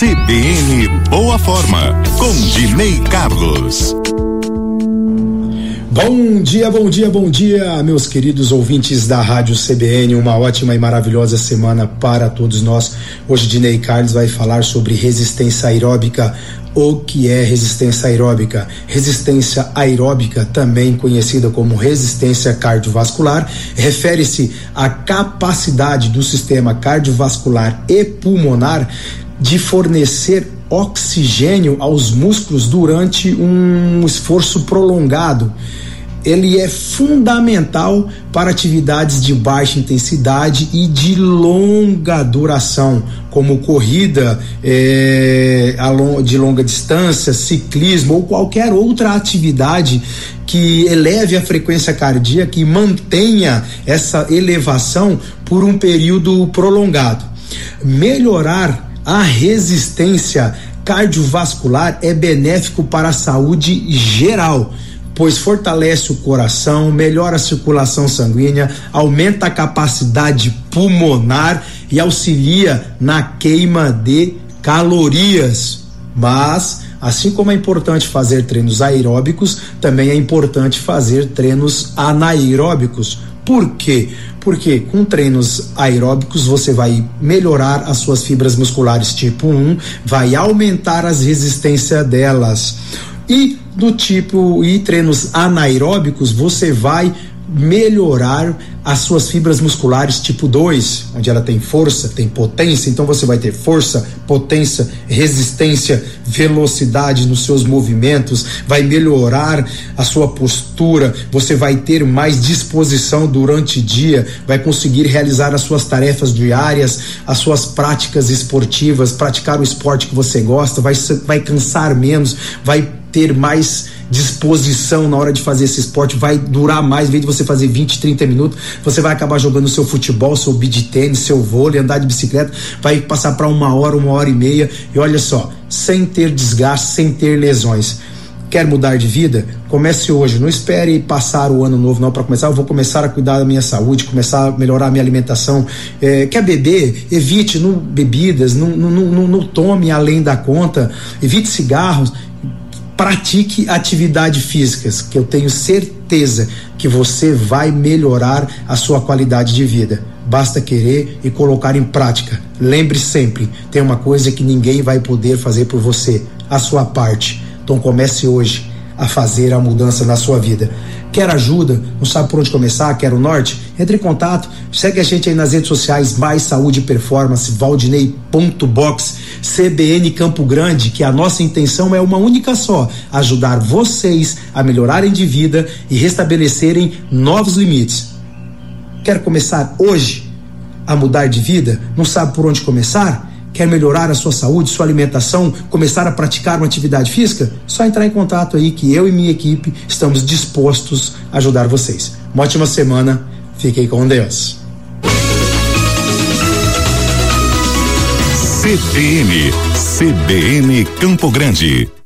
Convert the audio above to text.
CBN Boa Forma, com Dinei Carlos. Bom dia, meus queridos ouvintes da Rádio CBN. Uma ótima e maravilhosa semana para todos nós. Hoje, Dinei Carlos vai falar sobre resistência aeróbica. O que é resistência aeróbica? Resistência aeróbica, também conhecida como resistência cardiovascular, refere-se à capacidade do sistema cardiovascular e pulmonar de fornecer oxigênio aos músculos durante um esforço prolongado. Ele é fundamental para atividades de baixa intensidade e de longa duração, como corrida de longa distância, ciclismo ou qualquer outra atividade que eleve a frequência cardíaca e mantenha essa elevação por um período prolongado. Melhorar a resistência cardiovascular é benéfico para a saúde geral, pois fortalece o coração, melhora a circulação sanguínea, aumenta a capacidade pulmonar e auxilia na queima de calorias. Mas, assim como é importante fazer treinos aeróbicos, também é importante fazer treinos anaeróbicos. Por quê? Porque com treinos aeróbicos você vai melhorar as suas fibras musculares tipo 1, vai aumentar as resistências delas. E treinos anaeróbicos você vai melhorar as suas fibras musculares tipo 2, onde ela tem força, tem potência. Então você vai ter força, potência, resistência, velocidade nos seus movimentos, vai melhorar a sua postura, você vai ter mais disposição durante o dia, vai conseguir realizar as suas tarefas diárias, as suas práticas esportivas, praticar o esporte que você gosta, vai cansar menos, vai ter mais disposição na hora de fazer esse esporte, vai durar mais. Em vez de você fazer 20, 30 minutos, você vai acabar jogando seu futebol, seu beach tênis, seu vôlei, andar de bicicleta, vai passar para 1 hora e meia, e olha só, sem ter desgaste, sem ter lesões. Quer mudar de vida? Comece hoje, não espere passar o ano novo não para começar. Eu vou começar a cuidar da minha saúde, começar a melhorar a minha alimentação. Quer beber? Evite bebidas, não tome além da conta, evite cigarros. Pratique atividade física, que eu tenho certeza que você vai melhorar a sua qualidade de vida. Basta querer e colocar em prática. Lembre sempre, tem uma coisa que ninguém vai poder fazer por você, a sua parte. Então comece hoje a fazer a mudança na sua vida. Quer ajuda? Não sabe por onde começar? Quer o norte? Entre em contato, segue a gente aí nas redes sociais, Mais Saúde e Performance, Valdinei.box, CBN Campo Grande, que a nossa intenção é uma única só: ajudar vocês a melhorarem de vida e restabelecerem novos limites. Quer começar hoje a mudar de vida? Não sabe por onde começar? Quer melhorar a sua saúde, sua alimentação, começar a praticar uma atividade física? Só entrar em contato aí que eu e minha equipe estamos dispostos a ajudar vocês. Uma ótima semana, fiquem com Deus. CBN Campo Grande.